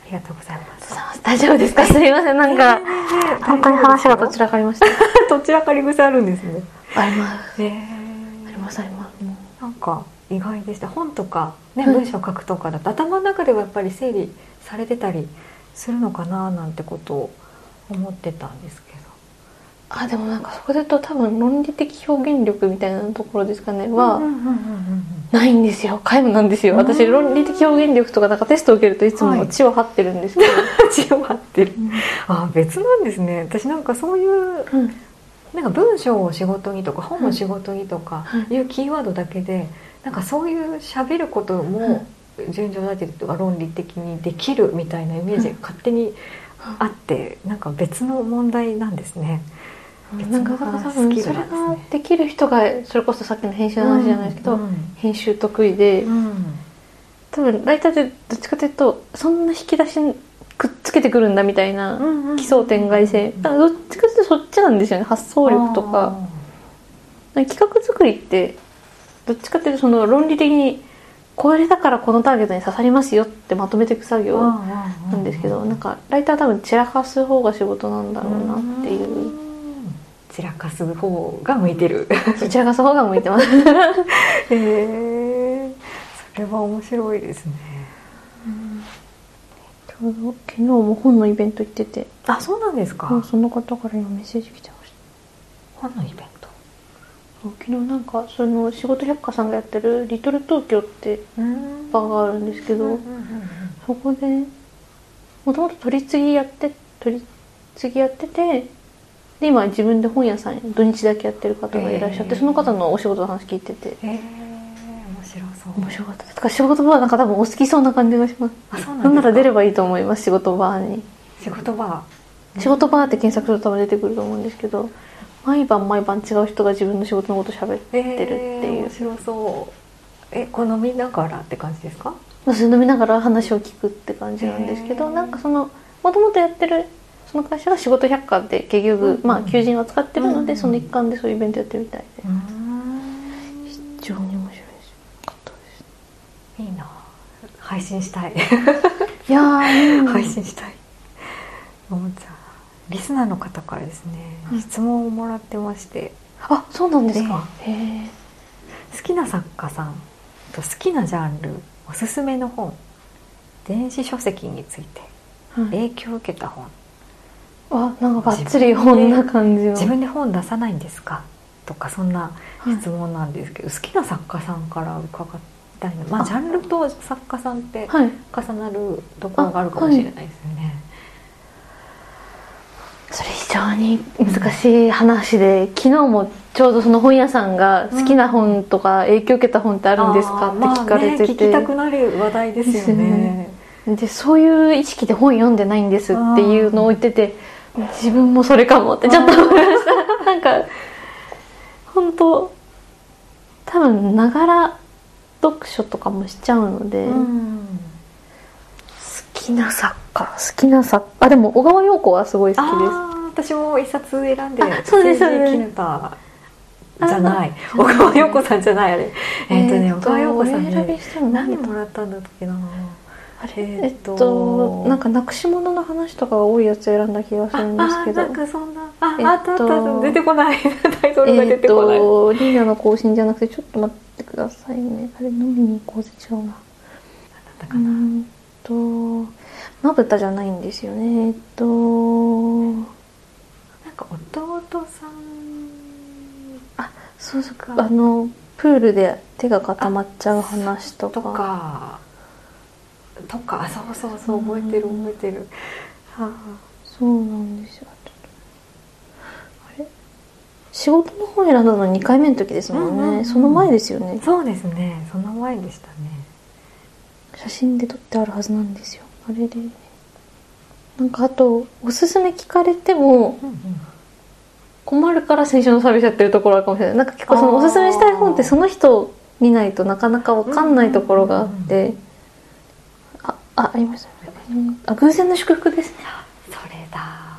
りがとうございます。 大丈夫ですか？すいません、なんか本当に話がどちらかりました。 どちらかり癖あるんですね。 あります。 ありますあります。 なんか意外でした。本とかね、文章書くとかだと頭の中ではやっぱり整理されてたりするのかななんてことを思ってたんですけど。 でもなんかそこで言うと多分論理的表現力みたいなところですかねはないんですよ。皆無なんですよ。私論理的表現力とかなんかテストを受けるといつも血を張ってるんですけど、 血を張ってる、別なんですね。私なんかそういう、なんか文章を仕事にとか本を仕事にとかいうキーワードだけで、なんかそういう喋ることも順序立てとか論理的にできるみたいなイメージが勝手にあって、なんか別の問題なんですね。 なんか多分それができる人がそれこそさっきの編集の話じゃないですけど、編集得意で、多分ライターってどっちかというとそんな引き出しくっつけてくるんだみたいな奇想天外性、どっちかというとそっちなんですよね。発想力とか企画作りってどっちかというとその論理的にこれだからこのターゲットに刺さりますよってまとめていく作業なんですけど、なんかライターは多分散らかす方が仕事なんだろうなっていう。 散らかす方が向いてる。 散らかす方が向いてます。 それは面白いですね。 昨日も本のイベント行ってて。 そうなんですか。 その方から今メッセージ来てました。 本のイベント。 昨日なんかその仕事百科さんがやってるリトル東京ってバーがあるんですけど、そこでもともと取り次ぎやってて、で今自分で本屋さん土日だけやってる方がいらっしゃって、その方のお仕事の話聞いてて、 面白そう。 面白かったです。だから仕事場はなんか多分お好きそうな感じがします。なんなら出ればいいと思います。仕事場に。 仕事場って検索すると多分出てくると思うんですけど、毎晩違う人が自分の仕事のこと喋ってるっていう。 面白そう。こう飲みながらって感じですか？ 飲みながら話を聞くって感じなんですけど、なんかそのもともとやってるその会社が仕事百科で結局、求人を扱ってるので、その一環でそういうイベントやってるみたいで、非常に面白いです。よかったです。 いいな。配信したい。 いや配信したい。じゃあリスナーの方からですね、質問をもらってまして。 そうなんですか。 好きな作家さんと好きなジャンル、おすすめの本、電子書籍について影響を受けた本。 なんかバッツリ本な感じの。 自分で本出さないんですかとか、そんな質問なんですけど、好きな作家さんから伺ったいの。ジャンルと作家さんって重なるところがあるかもしれないですよね。 それ非常に難しい話で、昨日もちょうどその本屋さんが好きな本とか影響を受けた本ってあるんですかって聞かれてて、 聞きたくなる話題ですよね。 でそういう意識で本読んでないんですっていうのを言ってて、自分もそれかもってちょっと思いました。なんか本当多分ながら読書とかもしちゃうので、好きな作家でも小川洋子はすごい好きです。私も一冊選んで、 そうですそうです。 絹田じゃない、小川洋子さんじゃない、あれ小川洋子さんで何もらったんだっけな。 なんかなくし物の話とかが多いやつ選んだ気がするんですけど、 なんかそんなあった出てこないタイトルが出てこない。 リーナの更新じゃなくて、ちょっと待ってくださいね。あれ飲みに行こうぜ。違うな。 だったかな。 まぶたじゃないんですよね。 なんか弟さん、 そうか、プールで手が固まっちゃう話とかそう覚えてる。そうなんですよ。あれ、仕事の本選んだの2回目の時ですもんね。その前ですよね。 そうですね、その前でしたね。 写真で撮ってあるはずなんですよ。あれでなんか、あとおすすめ聞かれても困るから先週のサービスやってるところあるかもしれない。なんか結構そのおすすめしたい本ってその人を見ないとなかなか分かんないところがあって、ありました。偶然の祝福ですね。 それだ。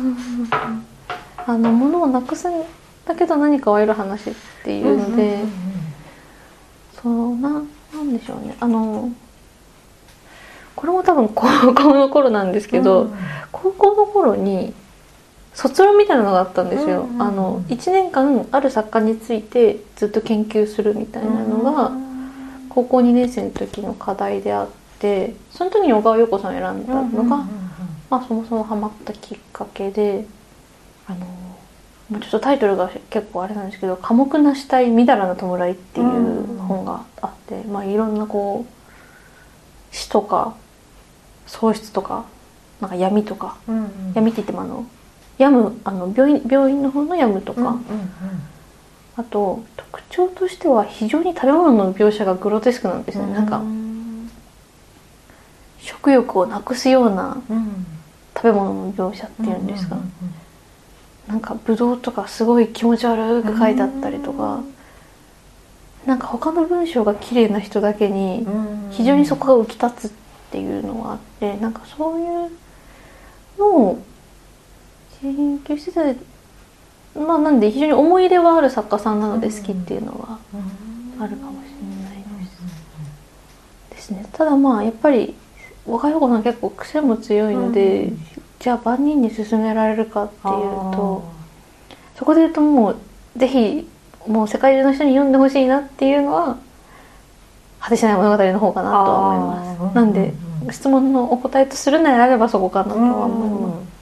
物をなくすんだけど何かを得る話っていうので、なんでしょうね。 これも多分高校の頃なんですけど、高校の頃に卒論みたいなのがあったんですよ。1年間ある作家についてずっと研究するみたいなのが高校2年生の時の課題であって、その時に小川陽子さんを選んだのが、そもそもハマったきっかけで、ちょっとタイトルが結構あれなんですけど「寡黙な死体みだらな弔い」っていう本があって、いろんなこう死とか喪失とかなんか闇とか、闇って言っても病院の方の病むとか、あと特徴としては非常に食べ物の描写がグロテスクなんですね。なんか食欲をなくすような食べ物の描写っていうんですか、なんかブドウとかすごい気持ち悪く書いてあったりとか、なんか他の文章が綺麗な人だけに非常にそこが浮き立つっていうのがあって、なんかそういうのを研究してて、なんで非常に思い入れはある作家さんなので好きっていうのはあるかもしれないですね。ただやっぱり若い子さん結構癖も強いので、じゃあ万人に勧められるかっていうと、そこで言うともうぜひもう世界中の人に読んでほしいなっていうのは果てしない物語の方かなとは思います。なんで質問のお答えとするならあればそこかなとは思います。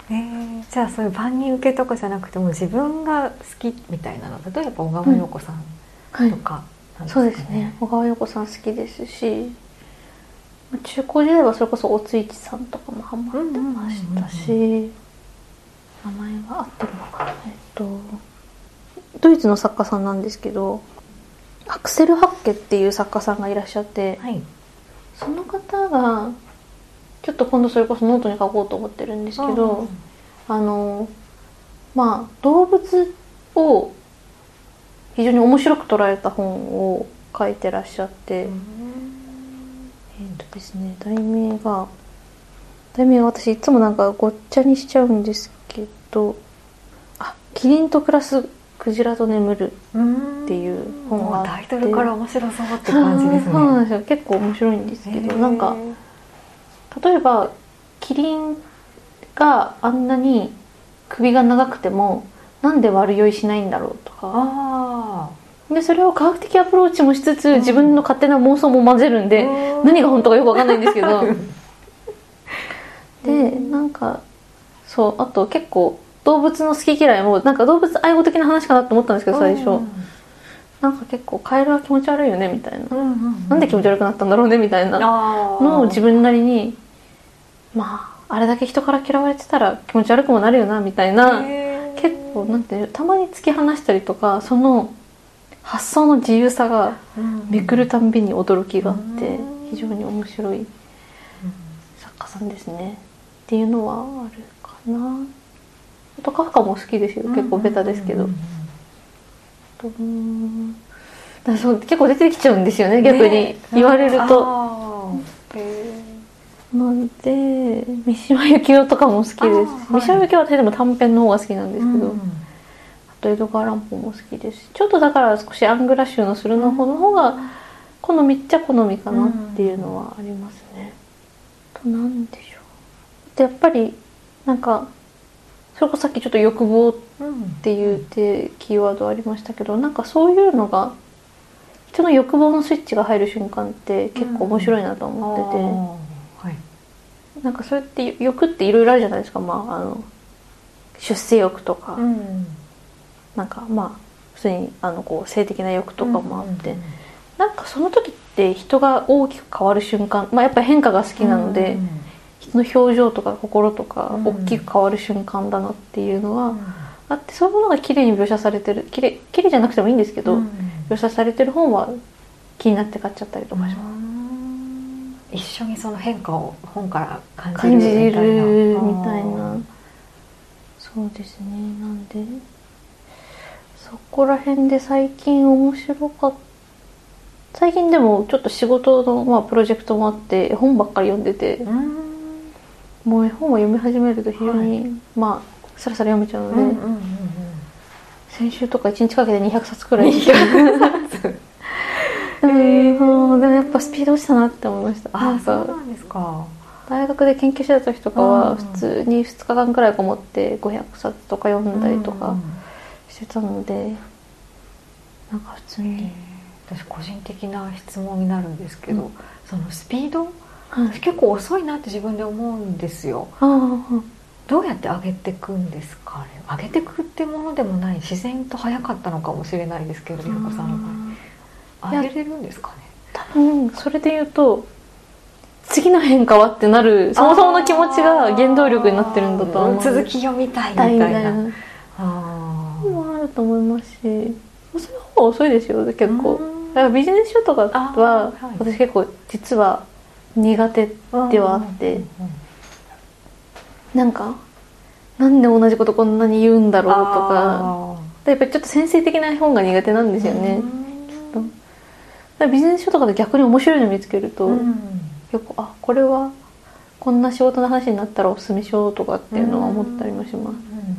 じゃあそういう万人受けとかじゃなくても自分が好きみたいなのだとやっぱ小川陽子さんとかなんですかね。 そうですね、小川陽子さん好きですし、中高時代はそれこそおついちさんとかもハマってましたし、名前は合ってるのかな、ドイツの作家さんなんですけどアクセル・ハッケっていう作家さんがいらっしゃって、その方がちょっと今度それこそノートに書こうと思ってるんですけど、動物を非常に面白く捉えた本を書いてらっしゃって、ですね、題名が私いつもなんかごっちゃにしちゃうんですけど、キリンと暮らすクジラと眠るっていう本があって、 タイトルから面白そうって感じですね。 そうなんですよ、結構面白いんですけど、なんか例えばキリンがあんなに首が長くてもなんで悪酔いしないんだろうとか、でそれを科学的アプローチもしつつ自分の勝手な妄想も混ぜるんで、何が本当かよく分かんないんですけどでなんかあと結構動物の好き嫌いもなんか動物愛護的な話かなと思ったんですけど最初、なんか結構カエルは気持ち悪いよねみたいな、なんで気持ち悪くなったんだろうねみたいなのを自分なりにあれだけ人から嫌われてたら気持ち悪くもなるよなみたいな、結構なんてたまに突き放したりとか、その発想の自由さがめくるたんびに驚きがあって非常に面白い作家さんですねっていうのはあるかな。あとカフカも好きですよ、結構ベタですけど、そう結構出てきちゃうんですよね、逆に言われると。なんで三島由紀夫とかも好きです。三島由紀夫は私でも短編の方が好きなんですけど、あと江戸川乱歩も好きですし、ちょっとだから少しアングラ州のスルの方が好みっちゃ好みかなっていうのはありますね。となんでしょう、でやっぱりなんかそれこそさっきちょっと欲望っていうキーワードありましたけど、なんかそういうのが人の欲望のスイッチが入る瞬間って結構面白いなと思ってて、なんかそうやって欲っていろいろあるじゃないですか。出世欲とか、なんか普通にこう性的な欲とかもあって、なんかその時って人が大きく変わる瞬間、やっぱり変化が好きなので、人の表情とか心とか大きく変わる瞬間だなっていうのはあって、そういうものが綺麗に描写されてる、綺麗じゃなくてもいいんですけど、描写されてる本は気になって買っちゃったりとかします。 一緒にその変化を本から感じじるみたいな。そうですね、なんでそこら辺で最近面白かった。最近でもちょっと仕事の、プロジェクトもあって絵本ばっかり読んでて、もう絵本を読み始めると非常に、さらさら読めちゃうので、先週とか1日かけて200冊くらいでもやっぱスピード落ちたなって思いました。 そうなんですか。 大学で研究してた時とかは普通に2日間くらいこもって500冊とか読んだりとかしてたので、なんか普通に、 私個人的な質問になるんですけど、そのスピード、 はい、 結構遅いなって自分で思うんですよ。どうやって上げていくんですか？あれ上げていくってものでもない、自然と早かったのかもしれないですけど、美穂子さんの場合上げれるんですかね？ 多分それで言うと次の変化はってなる、そもそもの気持ちが原動力になってるんだと思う。 続き読みたいみたいなもあると思いますし、その方が遅いですよ結構。だからビジネス書とかは私結構実は苦手ではあって、なんで同じことこんなに言うんだろうとか、やっぱりちょっと先生的な本が苦手なんですよね、きっと。だからビジネス書とかで逆に面白いの見つけると、結構これはこんな仕事の話になったらおすすめしようとかっていうのは思ったりもします。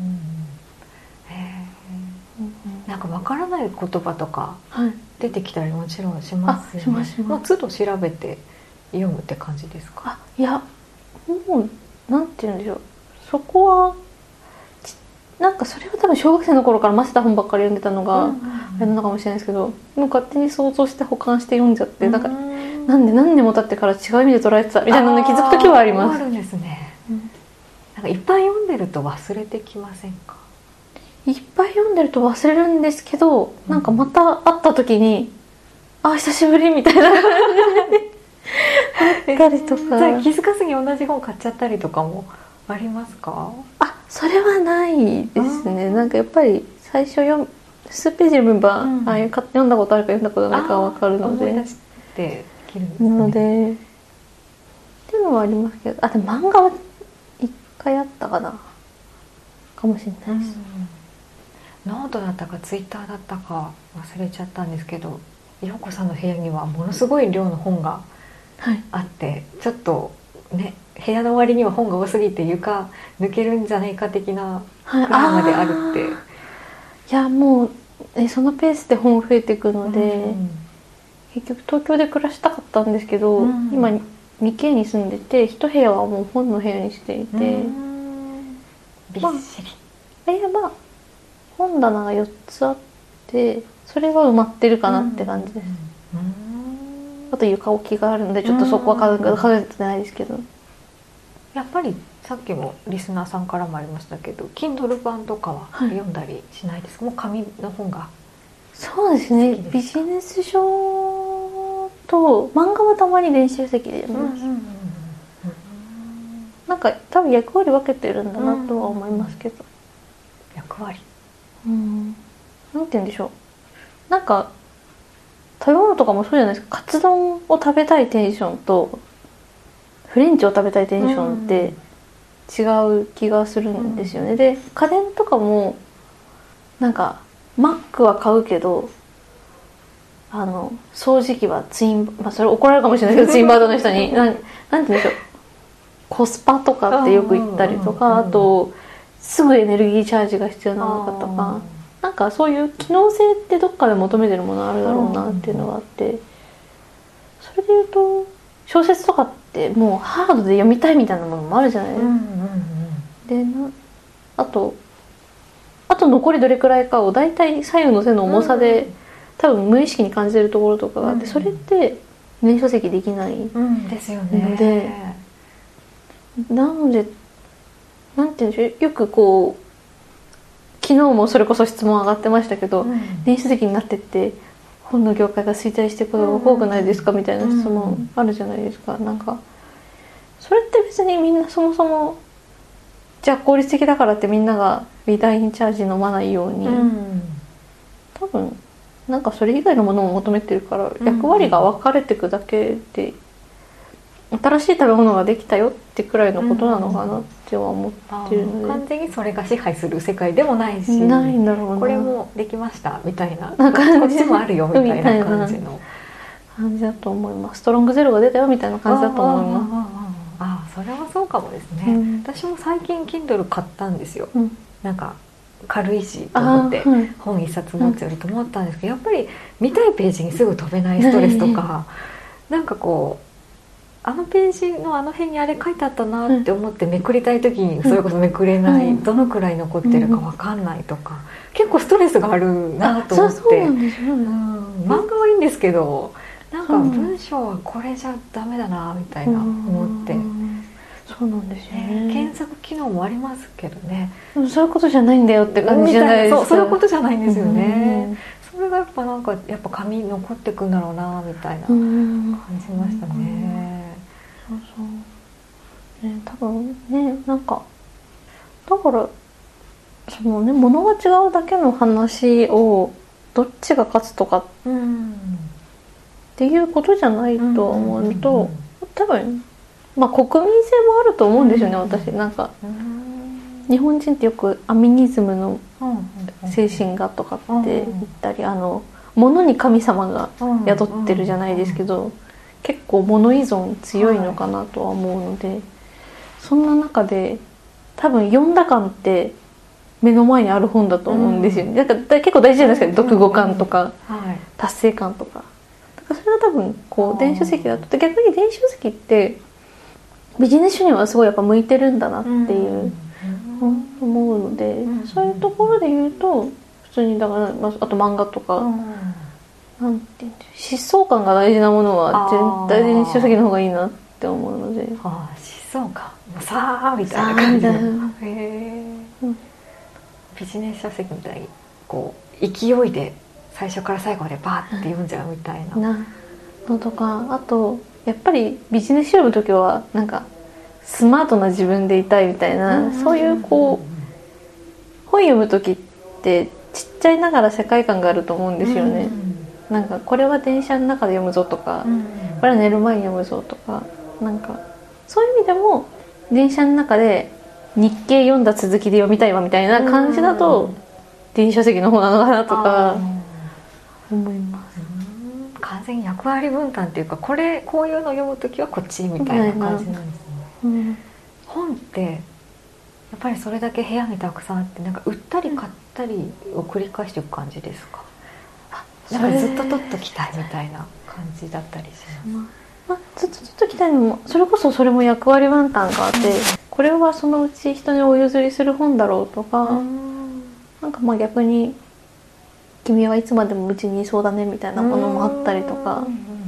なんかわからない言葉とか出てきたりもちろんしますよね。 します。 都度調べて読むって感じですか？ いや、もうなんて言うんでしょう、そこはなんかそれは多分小学生の頃から混ぜた本ばっかり読んでたのがあれなのかもしれないですけど、もう勝手に想像して保管して読んじゃって、なんかなんで何年も経ってから違う意味で捉えてたみたいなのに気づく時はあります。 あるんですね。なんかいっぱい読んでると忘れてきませんか？ いっぱい読んでると忘れるんですけど、なんかまた会った時に久しぶりみたいな感じでたりとか、 気づかずに同じ本買っちゃったりとかもありますか？ それはないですね。なんかやっぱり最初数ページ読めば、読んだことあるか読んだことないか分かるので、 思い出してできるんですね。 なのでっていうのはありますけど、でも漫画は1回あったかなかもしれないです。 ノートだったかツイッターだったか忘れちゃったんですけど、陽子さんの部屋にはものすごい量の本があって、ちょっとね、部屋の割には本が多すぎて床抜けるんじゃないか的なくらいまであるって。 いやもうそのペースで本増えていくので、結局東京で暮らしたかったんですけど、今 2K に住んでて1部屋はもう本の部屋にしていて、 びっしり。 本棚が4つあって、それは埋まってるかなって感じです。あと床置きがあるのでちょっとそこは数えてないですけど、 やっぱりさっきもリスナーさんからもありましたけど Kindle 版とかは読んだりしないですか？もう紙の本が。 そうですね、ビジネス書と漫画はたまに電子書籍で読みます。なんか多分役割分けてるんだなとは思いますけど。 役割、 なんて言うんでしょう、なんか食べ物とかもそうじゃないですか。カツ丼を食べたいテンションとフレンチを食べたいテンションって違う気がするんですよね。で家電とかもなんかマックは買うけど掃除機はツイン、それ怒られるかもしれないけどツインバードの人になんて言うんでしょう、コスパとかってよく言ったりとか、あとすぐエネルギーチャージが必要なのかとか、なんかそういう機能性ってどっかで求めてるものあるだろうなっていうのがあって、それで言うと小説とかってもうハードで読みたいみたいなものもあるじゃないですか。であと残りどれくらいかをだいたい左右の背の重さで多分無意識に感じてるところとかがあって、それって電子書籍できないですよね。 なのでなんていうんでしょう、よくこう昨日もそれこそ質問上がってましたけど、電子書籍になってって本の業界が衰退していくことが多くないですかみたいな質問あるじゃないですか。なんかそれって別にみんなそもそもじゃあ効率的だからってみんながリダインチャージ飲まないように、多分なんかそれ以外のものを求めてるから役割が分かれていくだけで、新しい食べ物ができたよってくらいのことなのかなっては思ってるので、 完全にそれが支配する世界でもないし、 ないんだろうな、 これもできましたみたいな、こっちもあるよみたいな感じだと思います。ストロングゼロが出たよみたいな感じだと思います。 それはそうかもですね。私も最近 Kindle 買ったんですよ。なんか軽いしと思って本一冊持つよりと思ったんですけど、やっぱり見たいページにすぐ飛べないストレスとか、なんかこうあのページのあの辺にあれ書いてあったなって思ってめくりたい時にそれこそめくれない、どのくらい残ってるか分かんないとか、結構ストレスがあるなと思って。漫画はいいんですけど、なんか文章はこれじゃダメだなみたいな思って。 そうなんですよね。 検索機能もありますけどね。 そういうことじゃないんだよって感じじゃないですか。 そういうことじゃないんですよね。それがやっぱなんかやっぱ紙残ってくんだろうなみたいな感じましたね。 そうそうね、多分ね、なんかだからそのね、物が違うだけの話をどっちが勝つとかっていうことじゃないと思うと、多分まあ国民性もあると思うんですよね、私。なんか日本人ってよくアミニズムの精神がとかって言ったり、物に神様が宿ってるじゃないですけど、結構物依存強いのかなとは思うので、そんな中で多分読んだ感って目の前にある本だと思うんですよね。だから結構大事じゃないですか、読後感とか達成感とか。だからそれが多分こう電子書籍だと、逆に電子書籍ってビジネス書にはすごいやっぱ向いてるんだなっていう思うので、そういうところで言うと普通にだから、あと漫画とか、なんていうんでしょう、疾走感が大事なものは絶対電子書籍の方がいいなって思うので。 疾走感さあみたいな感じで、ビジネス書籍みたいにこう勢いで最初から最後までバーって読んじゃうみたいなのとか、あとやっぱりビジネス書の時はなんかスマートな自分でいたいみたいな、そういうこう本読む時ってちっちゃいながら世界観があると思うんですよね。なんかこれは電車の中で読むぞとか、これは寝る前に読むぞとか、なんかそういう意味でも電車の中で日経読んだ続きで読みたいわみたいな感じだと電子書籍の方なのかなとか思います。 完全に役割分担っていうか、こういうの読むときはこっちみたいな感じなんですね。本ってやっぱりそれだけ部屋にたくさんあって、なんか売ったり買ったりを繰り返していく感じですか？なんかずっと取っときたいみたいな感じだったりします。 ずっと取っときたいのも、それこそそれも役割分担があって、これはそのうち人にお譲りする本だろうとか、なんかまあ逆に君はいつまでもうちにいそうだねみたいなものもあったりとか、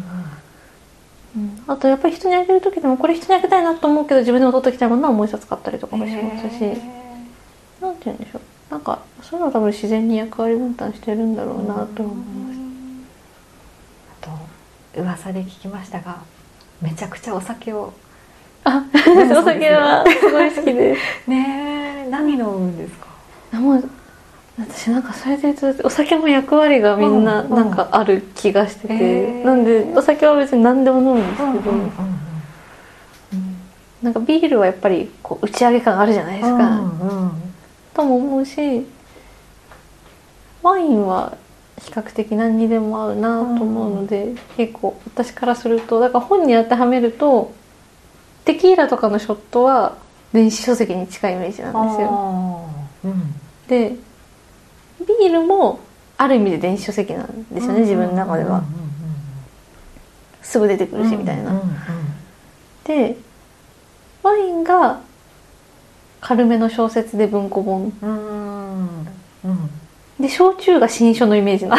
あとやっぱり人にあげる時でもこれ人にあげたいなと思うけど自分でも取っておきたいものはもう一冊買ったりとかもしますし、なんて言うんでしょう、なんかそういうのは多分自然に役割分担してるんだろうなと思います。 あと噂で聞きましたが、めちゃくちゃお酒をお酒はすごい好きですね。何飲むんですか？ もう私なんかそれで言うとお酒も役割がみんななんかある気がしてて、なんでお酒は別に何でも飲むんですけど、なんかビールはやっぱりこう打ち上げ感あるじゃないですか、とも思うし、ワインは比較的何にでも合うなと思うので、結構私からするとだから本に当てはめるとテキーラとかのショットは電子書籍に近いイメージなんですよ。でビールもある意味で電子書籍なんですよね、自分の中では。すぐ出てくるしみたいな。でワインが軽めの小説で文庫本、で焼酎が新書のイメージなん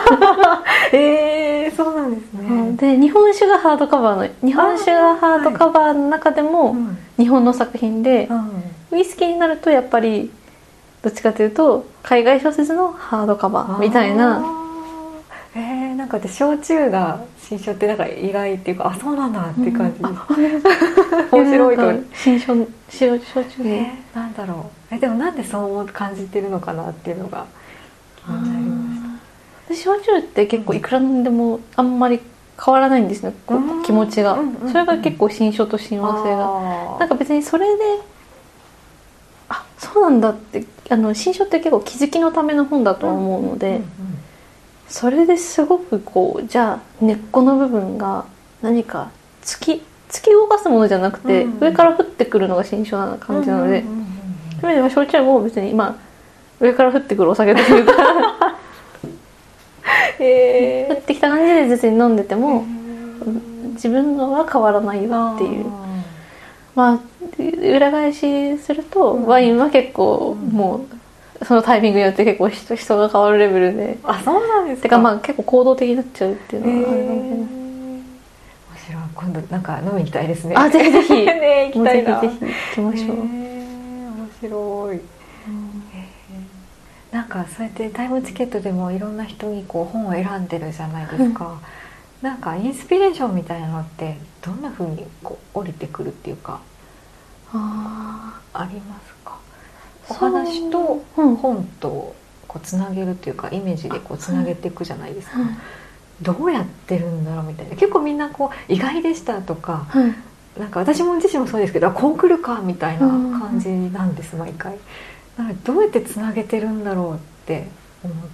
ですそうなんですね。 で日本酒がハードカバーの中でも日本の作品で、ウイスキーになるとやっぱりどっちかというと海外小説のハードカバーみたいな。 なんかで焼酎が新書ってなんか意外っていうか、そうなんだって感じです。面白いと新書焼酎ね、 なんだろう、でもなんでそう感じてるのかなっていうのが気になりました。焼酎って結構いくらなんでもあんまり変わらないんですね、気持ちが。それが結構新書と親和性が、なんか別にそれでそうなんだって、新書って結構気づきのための本だと思うので、それですごくこうじゃあ根っこの部分が何か突き動かすものじゃなくて、上から降ってくるのが新書な感じなので、そういう意味では焼酎も別に上から降ってくるお酒というか降ってきた感じで別に飲んでても自分のは変わらないよっていう。まあ裏返しすると、ワインは結構もうそのタイミングによって結構人が変わるレベルで、 あ、そうなんですか。 てかまあ結構行動的になっちゃうっていうのはあるかもしれない。 面白い。今度なんか飲みに行きたいですね。 あ、ぜひぜひね、行きたいな。 ぜひぜひ行きましょう。 面白い。なんかそうやってタイムチケットでもいろんな人にこう本を選んでるじゃないですか。なんかインスピレーションみたいなのってどんな風にこう降りてくるっていうか、ありますか？お話と本とこうつなげるっていうか、イメージでこうつなげていくじゃないですか。どうやってるんだろうみたいな。結構みんなこう意外でしたとか、なんか私も自身もそうですけど、こう来るかみたいな感じなんです、毎回。なのでどうやってつなげてるんだろうって思って、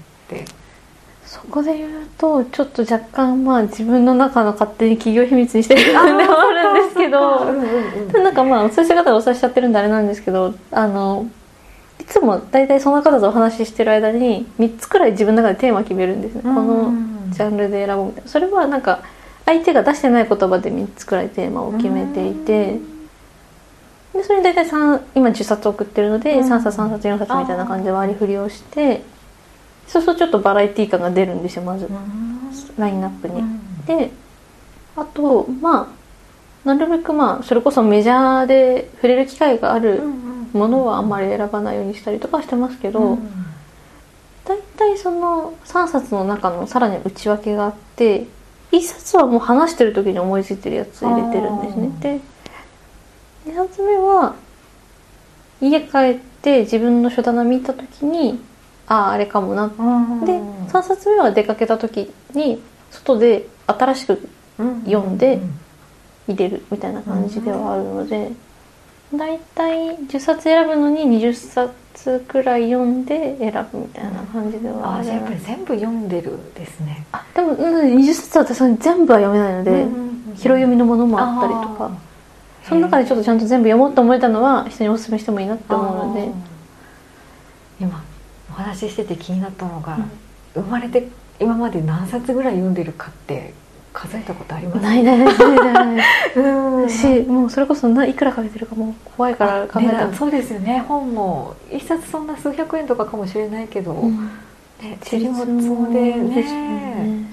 そこで言うとちょっと若干まあ自分の中の勝手に企業秘密にしてる部分でもあるんですけど、なんかまあそういう方がお察しちゃってるんであれなんですけど、いつも大体その方とお話ししてる間に3つくらい自分の中でテーマ決めるんですね。このジャンルで選ぼうみたいな。それはなんか相手が出してない言葉で3つくらいテーマを決めていて、でそれに大体今10冊送ってるので、3冊3冊4冊みたいな感じで割り振りをして、そうするとちょっとバラエティ感が出るんですよ、まずラインナップに。であとまあなるべくまあそれこそメジャーで触れる機会があるものはあんまり選ばないようにしたりとかしてますけど、だいたいその3冊の中のさらに内訳があって、1冊はもう話してる時に思いついてるやつ入れてるんですね。で2冊目は家帰って自分の書棚見た時にあれかもな、で3冊目は出かけた時に外で新しく読んで入れるみたいな感じではあるので、だいたい10冊選ぶのに20冊くらい読んで選ぶみたいな感じではある。 やっぱり全部読んでるですね。 でも20冊は私全部は読めないので、拾い読みのものもあったりとか、その中でちょっとちゃんと全部読もうと思えたのは人にお勧めしてもいいなって思うので。 今お話ししてて気になったのが、生まれて今まで何冊ぐらい読んでるかって数えたことありますか？ないし、もうそれこそいくらかけてるかもう怖いから考えたら、 そうですよね。本も一冊そんな数百円とかかもしれないけど、ちりも積もでね。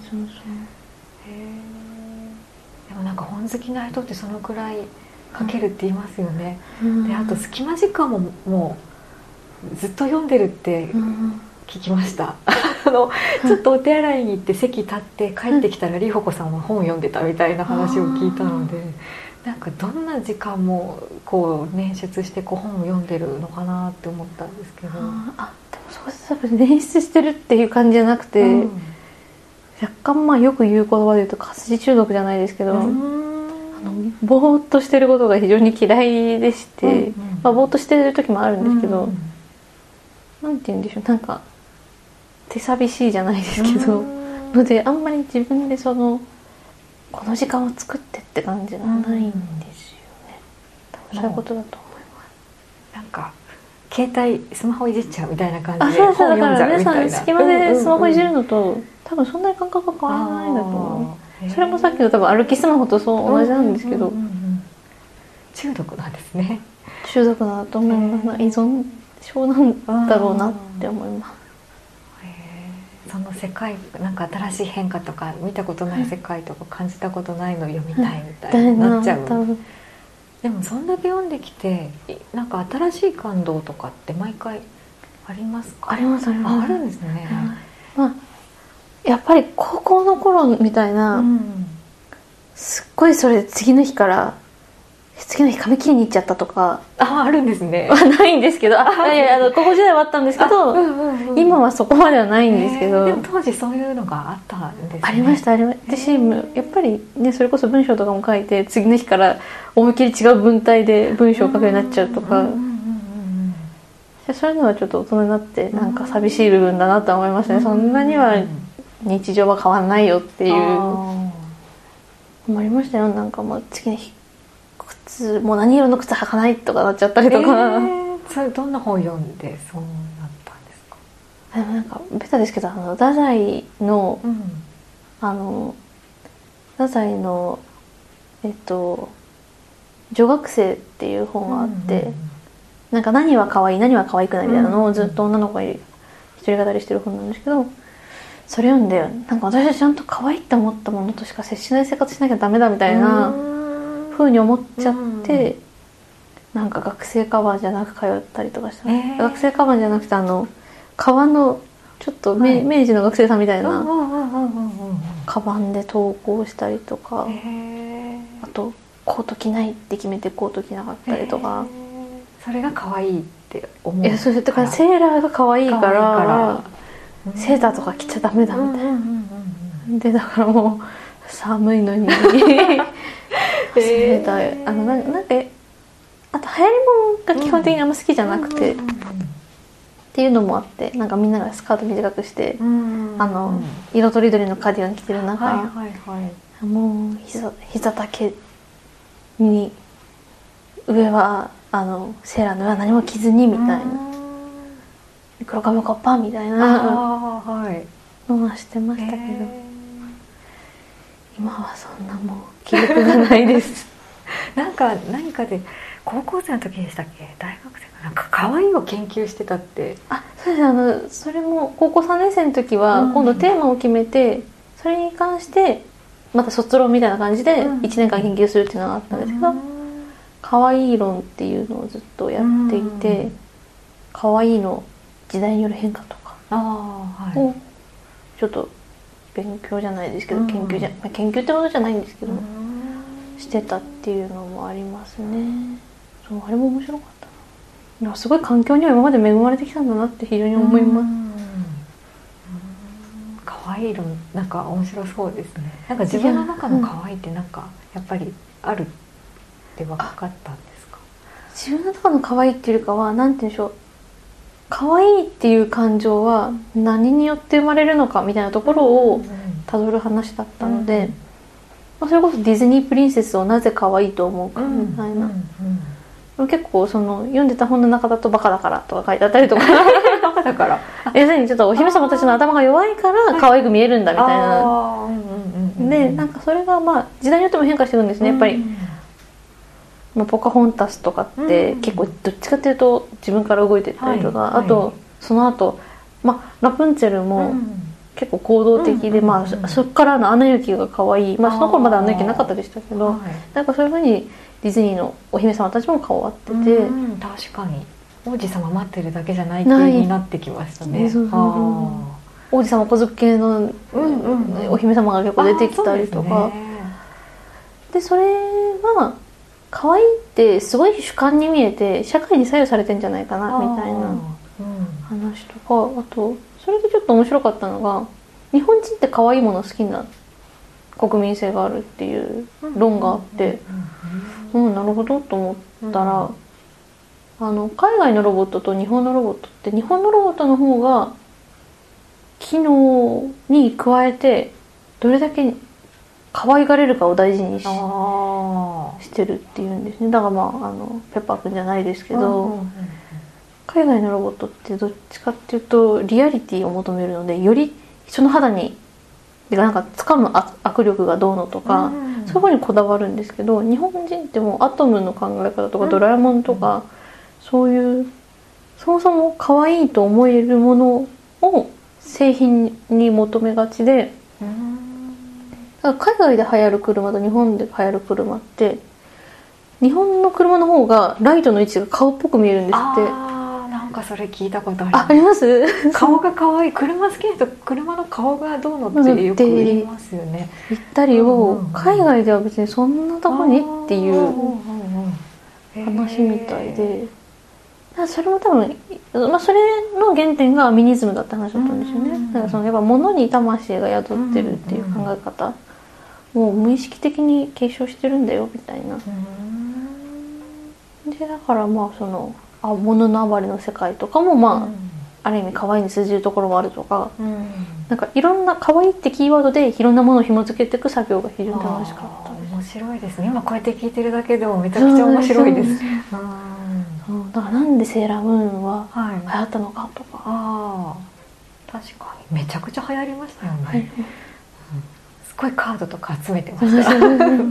でもなんか本好きな人ってそのくらいかけるって言いますよね。であと隙間時間ももうずっと読んでるって聞きました。ちょっとお手洗いに行って席立って帰ってきたら里穂子さんは本を読んでたみたいな話を聞いたので、なんかどんな時間もこう捻出してこう本を読んでるのかなって思ったんですけど。でもそう多分捻出してるっていう感じじゃなくて、若干まあよく言う言葉で言うと活字中毒じゃないですけど、ぼーっとしてることが非常に嫌いでして、ぼーっとしてる時もあるんですけど、なんて言うんでしょう、なんか手寂しいじゃないですけど、のであんまり自分でこの時間を作ってって感じがないんですよね。多分そういうことだと思います。 なんか携帯スマホいじっちゃうみたいな感じで本読んじゃうみたいな。 隙間でスマホいじるのと多分そんなに感覚が変わらないんだと思う。それもさっきの多分歩きスマホとそう同じなんですけど、 中毒なんですね。 中毒だと思います。依存症なんだろうなって思います。 その世界なんか新しい変化とか見たことない世界とか感じたことないの読みたいみたいになっちゃう。でもそんだけ読んできてなんか新しい感動とかって毎回ありますか？ ありますあります。 あるんですね。 やっぱり高校の頃みたいな、すっごいそれ次の日髪切りに行っちゃったとかあるんですね。 はないんですけど、高校時代はあったんですけど、今はそこまではないんですけど、 でも当時そういうのがあったんですね。 ありました。私やっぱりね、それこそ文章とかも書いて次の日から思いっきり違う文体で文章を書くようになっちゃうとか、そういうのはちょっと大人になってなんか寂しい部分だなと思いますね。そんなには日常は変わんないよっていうもありましたよ。なんかもう次の日もう何色の靴履かないとかなっちゃったりとか、 それどんな本読んでそうなったんですか？ でもなんかベタですけど太宰の、太宰の女学生っていう本があって、なんか何は可愛い何は可愛くないみたいなのをずっと女の子が一人語りしてる本なんですけど、それ読んでなんか私はちゃんと可愛いって思ったものとしか接しない生活しなきゃダメだみたいな風に思っちゃって、なんか学生カバンじゃなく通ったりとかした、学生カバンじゃなくて革のちょっと明治の学生さんみたいなカバンで登校したりとか、あとコート着ないって決めてコート着なかったりとか、 それが可愛いって思う。 いや、それだからセーラーが可愛いからセーターとか着ちゃダメだみたいな、でだからもう寒いのにセーターなんかあと流行り物が基本的にあんま好きじゃなくて、っていうのもあって、なんかみんながスカート短くして、色とりどりのカーディガン着てる中、もう膝丈に上はセーラーの上は何も着ずにみたいな、黒髪コッパみたいなのはしてましたけど、今はそんなもう記憶がないですなんか何かで高校生の時でしたっけ、大学生かなんか可愛いを研究してたって。 そうです。それも高校3年生の時は今度テーマを決めて、それに関してまた卒論みたいな感じで1年間研究するっていうのがあったんですけど、可愛い論っていうのをずっとやっていて、可愛いの時代による変化とかをちょっと勉強じゃないですけど、研究ってことじゃないんですけど、してたっていうのもありますね。そう、あれも面白かったな。すごい環境には今まで恵まれてきたんだなって非常に思います。 可愛い論なんか面白そうですね。なんか自分の中の可愛いってなんかやっぱりあるって分かったんですか？ 自分の中の可愛いっていうよりかは、なんて言うんでしょう、可愛いっていう感情は何によって生まれるのかみたいなところをたどる話だったので、それこそディズニープリンセスをなぜ可愛いと思うかみたいな、結構読んでた本の中だとバカだからとか書いてあったりとかバカだから要するにちょっとお姫様たちの頭が弱いから可愛く見えるんだみたいな、でなんかそれが時代によっても変化してるんですね、やっぱり。ポカホンタスとかって結構どっちかっていうと自分から動いてったりとか、あとその後、ラプンツェルも結構行動的で、そっからのアナ雪が可愛い、その頃まだアナ雪なかったでしたけど、なんかそういう風にディズニーのお姫様たちも変わってて、 確かに王子様待ってるだけじゃない系になってきましたね。 王子様小族系のお姫様が結構出てきたりとかで、それは可愛いってすごい主観に見えて社会に左右されてんじゃないかなみたいな話とか、あとそれでちょっと面白かったのが、日本人って可愛いもの好きな国民性があるっていう論があって、なるほどと思ったら、海外のロボットと日本のロボットって、日本のロボットの方が機能に加えてどれだけ可愛がれるかを大事にしてるっていうんですね。だからペッパーくんじゃないですけど、海外のロボットってどっちかっていうとリアリティを求めるので、より人の肌になんか掴む握力がどうのとか、そういうふうにこだわるんですけど、日本人ってもうアトムの考え方とかドラえもんとか、そういうそもそも可愛いと思えるものを製品に求めがちで、だから海外で流行る車と日本で流行る車って、日本の車の方がライトの位置が顔っぽく見えるんですって。 なんかそれ聞いたことあります。 あります顔が可愛い、車好きな人車の顔がどうのってよく言いますよね。 言ったりを、海外では別にそんなとこにっていう話みたいで、それも多分、それの原点がミニズムだって話だったんですよね。だからやっぱ物に魂が宿ってるっていう考え方を無意識的に継承してるんだよみたいな。でだから物の暴れの世界とかもある意味可愛いに通じるところもあるとか、なんかいろんな可愛いってキーワードでいろんなものを紐付けていく作業が非常に楽しかったです。 面白いですね。今こうやって聞いてるだけでもめちゃくちゃ面白いです。 だからなんでセーラームーンは流行ったのかとか、 確かにめちゃくちゃ流行りましたよね。すごいカードとか集めてました。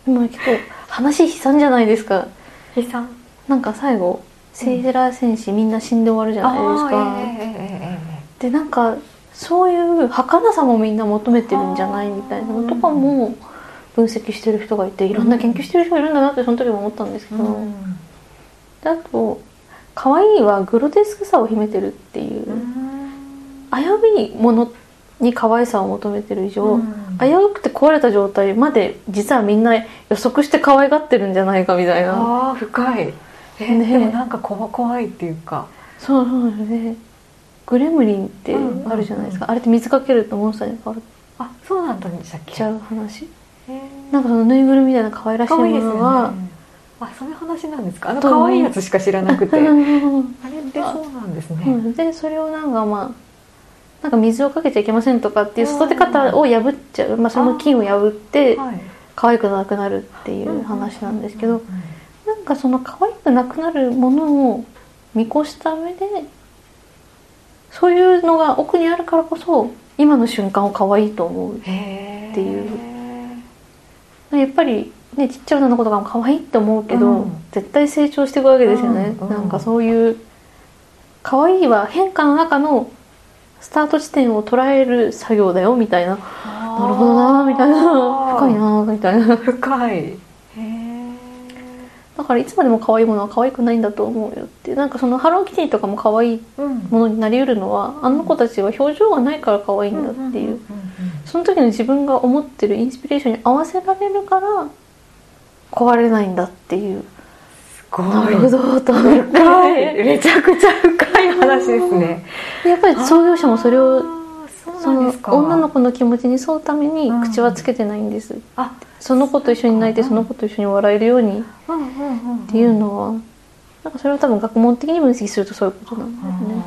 今結構話悲惨じゃないですか。 悲惨。 なんか最後セーラー戦士みんな死んで終わるじゃないですか。でなんかそういう儚さもみんな求めてるんじゃないみたいなのとかも分析してる人がいて、いろんな研究してる人がいるんだなってその時も思ったんですけど、であと可愛いはグロテスクさを秘めてるっていう、危ういものに可愛さを求めてる以上、危うくて壊れた状態まで実はみんな予測して可愛がってるんじゃないかみたいな。 深い。ね、でもなんか怖いっていうか。 そうですね。グレムリンってあるじゃないですか、あれって水かけるとモンスターに変わる。 あ、そうなんださっきちゃう話。なんかそのぬいぐるみみたいな可愛らしいものは、 あ、そういう話なんですか。可愛いやつしか知らなくてあれってそうなんですね。 でそれをなんか水をかけちゃいけませんとかっていう育て方を破っちゃう、その菌を破って可愛くなくなるっていう話なんですけど、なんかその可愛くなくなるものを見越した上で、そういうのが奥にあるからこそ今の瞬間を可愛いと思うっていう。やっぱりね、ちっちゃい女の子とかも可愛いって思うけど、絶対成長していくわけですよね。なんかそういう可愛いは変化の中のスタート地点を捉える作業だよみたいな。なるほどなみたいな、深いなみたいな。 深い。 だからいつまでも可愛いものは可愛くないんだと思うよって。なんかそのハローキティとかも可愛いものになりうるのは、あの子たちは表情がないから可愛いんだっていう、その時の自分が思ってるインスピレーションに合わせられるから壊れないんだっていう。 すごい。 なるほどと思って。 めちゃくちゃ深い話ですね。 やっぱり創業者もそれをその女の子の気持ちに沿うために口はつけてないんです。その子と一緒に泣いてその子と一緒に笑えるようにっていうのは、なんかそれを多分学問的に分析するとそういうことなんだよね。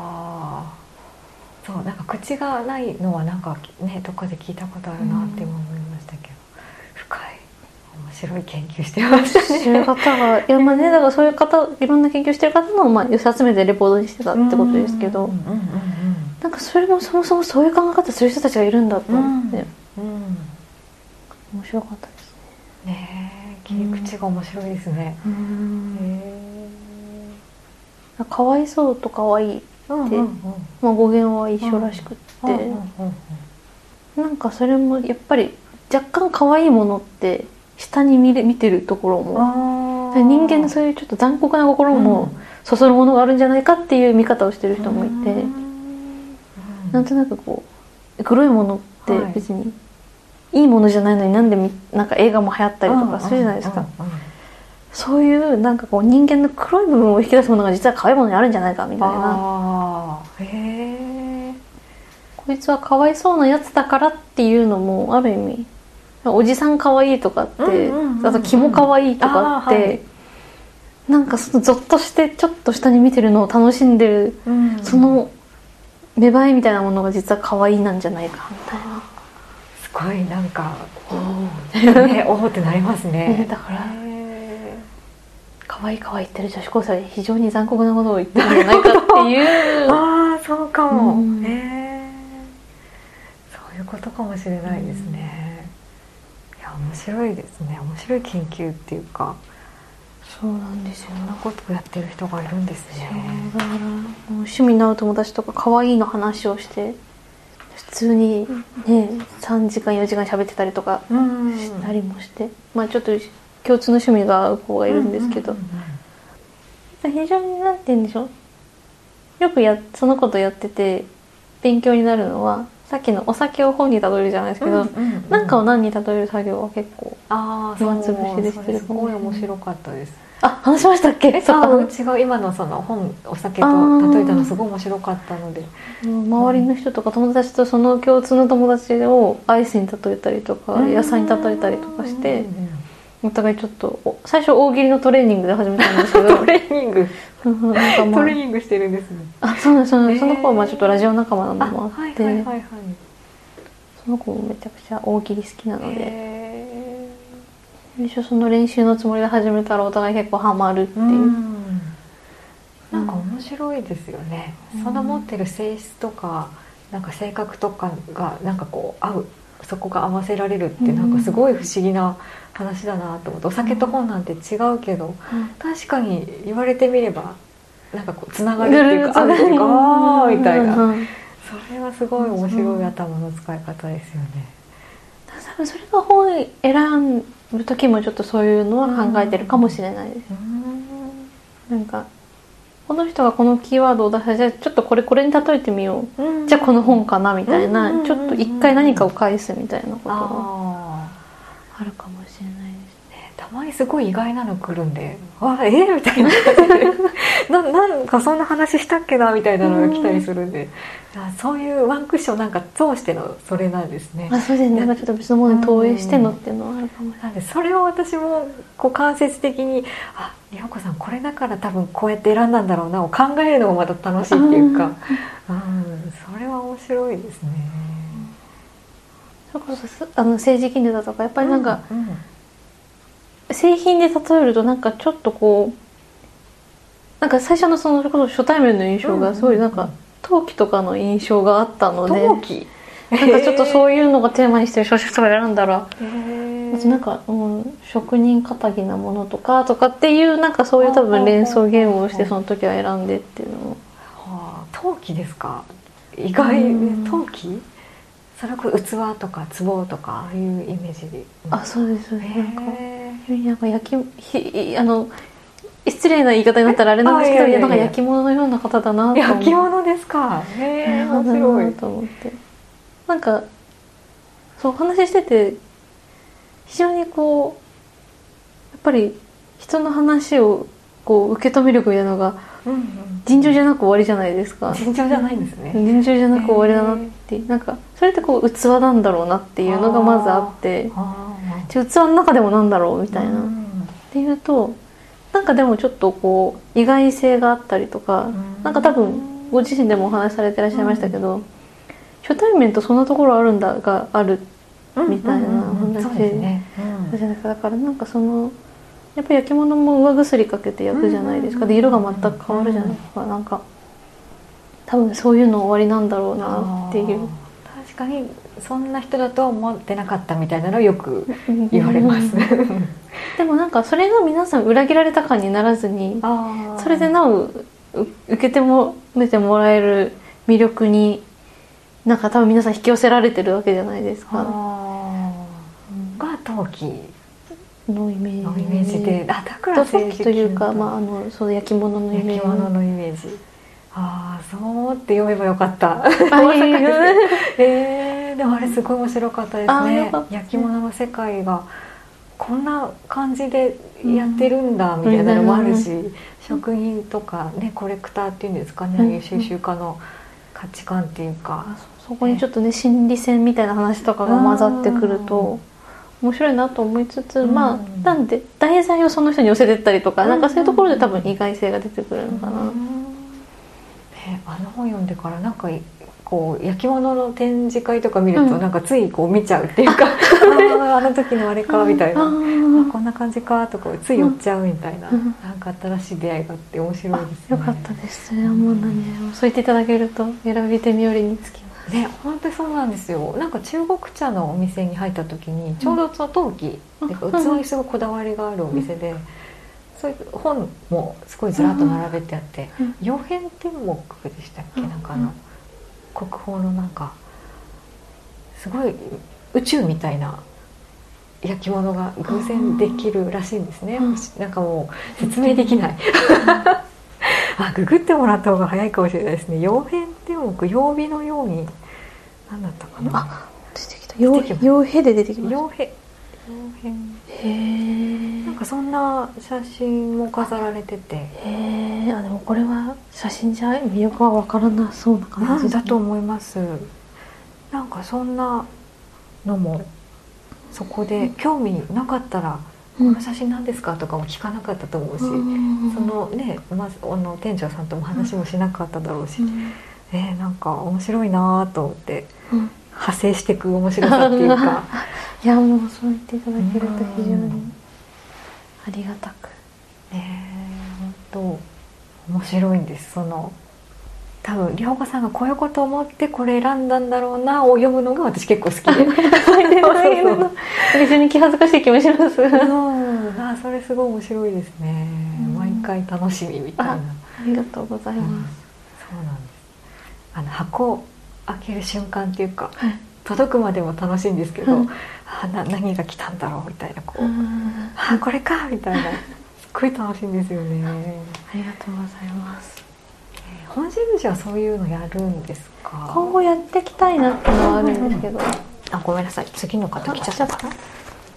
そう、なんか口がないのはなんかね、どっかで聞いたことあるなって今思いましたけど、深い、面白い研究してましたね。 そういう方が、いやまあね、だからそういう方、いろんな研究してる方の寄せ集めてレポートにしてたってことですけど、なんかそれもそもそもそういう考え方する人たちがいるんだと思って、面白かったですね。 ねえ、切り口が面白いですね。 かわいそうとかわいいって、語源は一緒らしくって、なんかそれもやっぱり若干可愛いものって下に見てるところも、人間のそういうちょっと残酷な心もそそるものがあるんじゃないかっていう見方をしてる人もいて、なんとなくこう黒いものって別にいいものじゃないのになんか映画も流行ったりとかするじゃないですか。そういうなんかこう人間の黒い部分を引き出すものが実は可愛いものにあるんじゃないかみたいな。こいつはかわいそうなやつだからっていうのもある意味、おじさん可愛いとかって、あとキモ可愛いとかって、なんかそのゾッとしてちょっと下に見てるのを楽しんでる、その芽生えみたいなものが実は可愛いなんじゃないかみたいな。 すごいなんかおーってなりますね。 だから可愛い可愛い言ってる女子高生は非常に残酷なことを言ってるんじゃないかっていうそうかも、そういうことかもしれないですね。いや面白いですね。面白い研究っていうか、 そうなんですよ。 そんなことをやってる人がいるんですね。 だから趣味の合う友達とか可愛いの話をして普通にね3時間4時間喋ってたりとかしたりもして、まあちょっと共通の趣味が合う子がいるんですけど、非常になんて言うんでしょう、よくそのことやってて勉強になるのは、さっきのお酒を本に例えるじゃないですけど、なんかを何に例える作業は結構暇つぶしでしてる。 すごい面白かったです。 話しましたっけ？ 違う、今のその本、お酒と例えたのすごい面白かったので、 周りの人とか友達とその共通の友達をアイスに例えたりとか野菜に例えたりとかして、お互いちょっと最初大喜利のトレーニングで始めたんですけどトレーニングトレーニングしてるんですね。 そうなんです。その子はちょっとラジオ仲間なのもあって、その子もめちゃくちゃ大喜利好きなので、最初その練習のつもりで始めたらお互い結構ハマるっていう、 なんか面白いですよね。その持ってる性質とかなんか性格とかがなんかこう合うそこが合わせられるってなんかすごい不思議な話だなと思って、お酒と本なんて違うけど、確かに言われてみればなんかこうつながるっていうか、あっていうか、あーみたいな、それはすごい面白い頭の使い方ですよね。 多分それが本選ぶ時もちょっとそういうのは考えてるかもしれないです。なんかこの人がこのキーワードを出した、じゃあちょっとこれに例えてみよう、じゃあこの本かなみたいな、ちょっと一回何かを返すみたいなことがあるかもしれないですね。 たまにすごい意外なの来るんで、あみたいな感じでなんかそんな話したっけなみたいなのが来たりするんで、そういうワンクッションなんか通してのそれなんですね。 そうですね。なんかちょっと別のものに投影してのっていうのはあるかもしれない。 なんでそれを私もこう間接的にりほこさんこれだから多分こうやって選んだんだろうなを考えるのもまた楽しいっていうか、それは面白いですね。 それこそ政治記入だとかやっぱりなんか、製品で例えるとなんかちょっとこうなんか最初のそれこそ初対面の印象がすごいなんか陶器とかの印象があったので、 陶器なんかちょっとそういうのがテーマにしてる小説とか選んだら、なんか、職人気質なものとかっていうなんかそういう多分連想ゲームをしてその時は選んでっていうのを。 陶器ですか。意外。陶器？それこそ器とか壺とかああいうイメージで。 そうです。なんか失礼な言い方になったらあれなんですけど、なんか焼き物のような方だなと思って。 焼き物ですか。面白いと思って。なんかそうお話ししてて非常にこうやっぱり人の話をこう受け止め力みたいなのが尋常じゃなく終わりじゃないですか。 尋常じゃないんですね。 尋常じゃなく終わりだなって、なんかそれってこう器なんだろうなっていうのがまずあって、器の中でもなんだろうみたいな、っていうとなんかでもちょっとこう意外性があったりとか、なんか多分ご自身でもお話しされてらっしゃいましたけど、初対面とそんなところあるんだがあるみたいな話だからなんかやっぱり焼き物も上薬かけて焼くじゃないですか。で色が全く変わるじゃないですか。なんか多分そういうの終わりなんだろうなっていう。 確かにそんな人だとは思ってなかったみたいなのをよく言われますでもなんかそれが皆さん裏切られた感にならずに、それでなお受け止めてもらえる魅力になんか多分皆さん引き寄せられてるわけじゃないですか。 が陶器のイメージで、だから陶器というか、そう焼き物のイメージ。そうって読めばよかった。でもあれすごい面白かったですね。焼き物の世界がこんな感じでやってるんだみたいなのもあるし、食品とかね、コレクターっていうんですかね、収集家の価値観っていうか、 そこにちょっとね心理戦みたいな話とかが混ざってくると面白いなと思いつつ、なんで題材をその人に寄せてったりとか、なんかそういうところで多分意外性が出てくるのかな。 あの本読んでからなんかこう焼き物の展示会とか見るとなんかついこう見ちゃうっていうか、あの時のあれかみたいな、こんな感じかとかつい寄っちゃうみたいな、なんか新しい出会いがあって面白いですね。 よかったです。それはもう何でもそう言っていただけると選び手冥利につきますね。本当にそうなんですよ。なんか中国茶のお店に入った時にちょうどその陶器っていうか器にすごいこだわりがあるお店で、そういう本もすごいずらっと並べてあって「曜変天目」でしたっけ、なんか国宝のなんかすごい宇宙みたいな焼き物が偶然できるらしいんですね。なんかもう説明できないググってもらった方が早いかもしれないですね。曜変天目、曜日のように何だったかな。 出てきた。曜変で出てきました。 曜変。なんかそんな写真も飾られてて。 でもこれは写真じゃ魅力は分からなそうな感じだと思います。なんかそんなのもそこで興味なかったらこの写真何ですかとかも聞かなかったと思うし、そのね、店長さんとも話もしなかっただろうし、なんか面白いなと思って、派生していく面白さっていうかいやもうそう言っていただけると非常にありがたく、 本当面白いんです。 多分りょうこさんがこういうことを思ってこれ選んだんだろうなを読むのが私結構好きで別に気恥ずかしい気もします。 それすごい面白いですね。毎回楽しみみたいな。 ありがとうございます。 そうなんです。箱を開ける瞬間っていうか、 はい、 届くまでも楽しいんですけど、何が来たんだろうみたいなこう、これかみたいなすっごい楽しいんですよね。 ありがとうございます。 本印はそういうのやるんですか？ 今後やっていきたいなっていうのはあるんですけど。 ごめんなさい、次の方来ちゃったかな。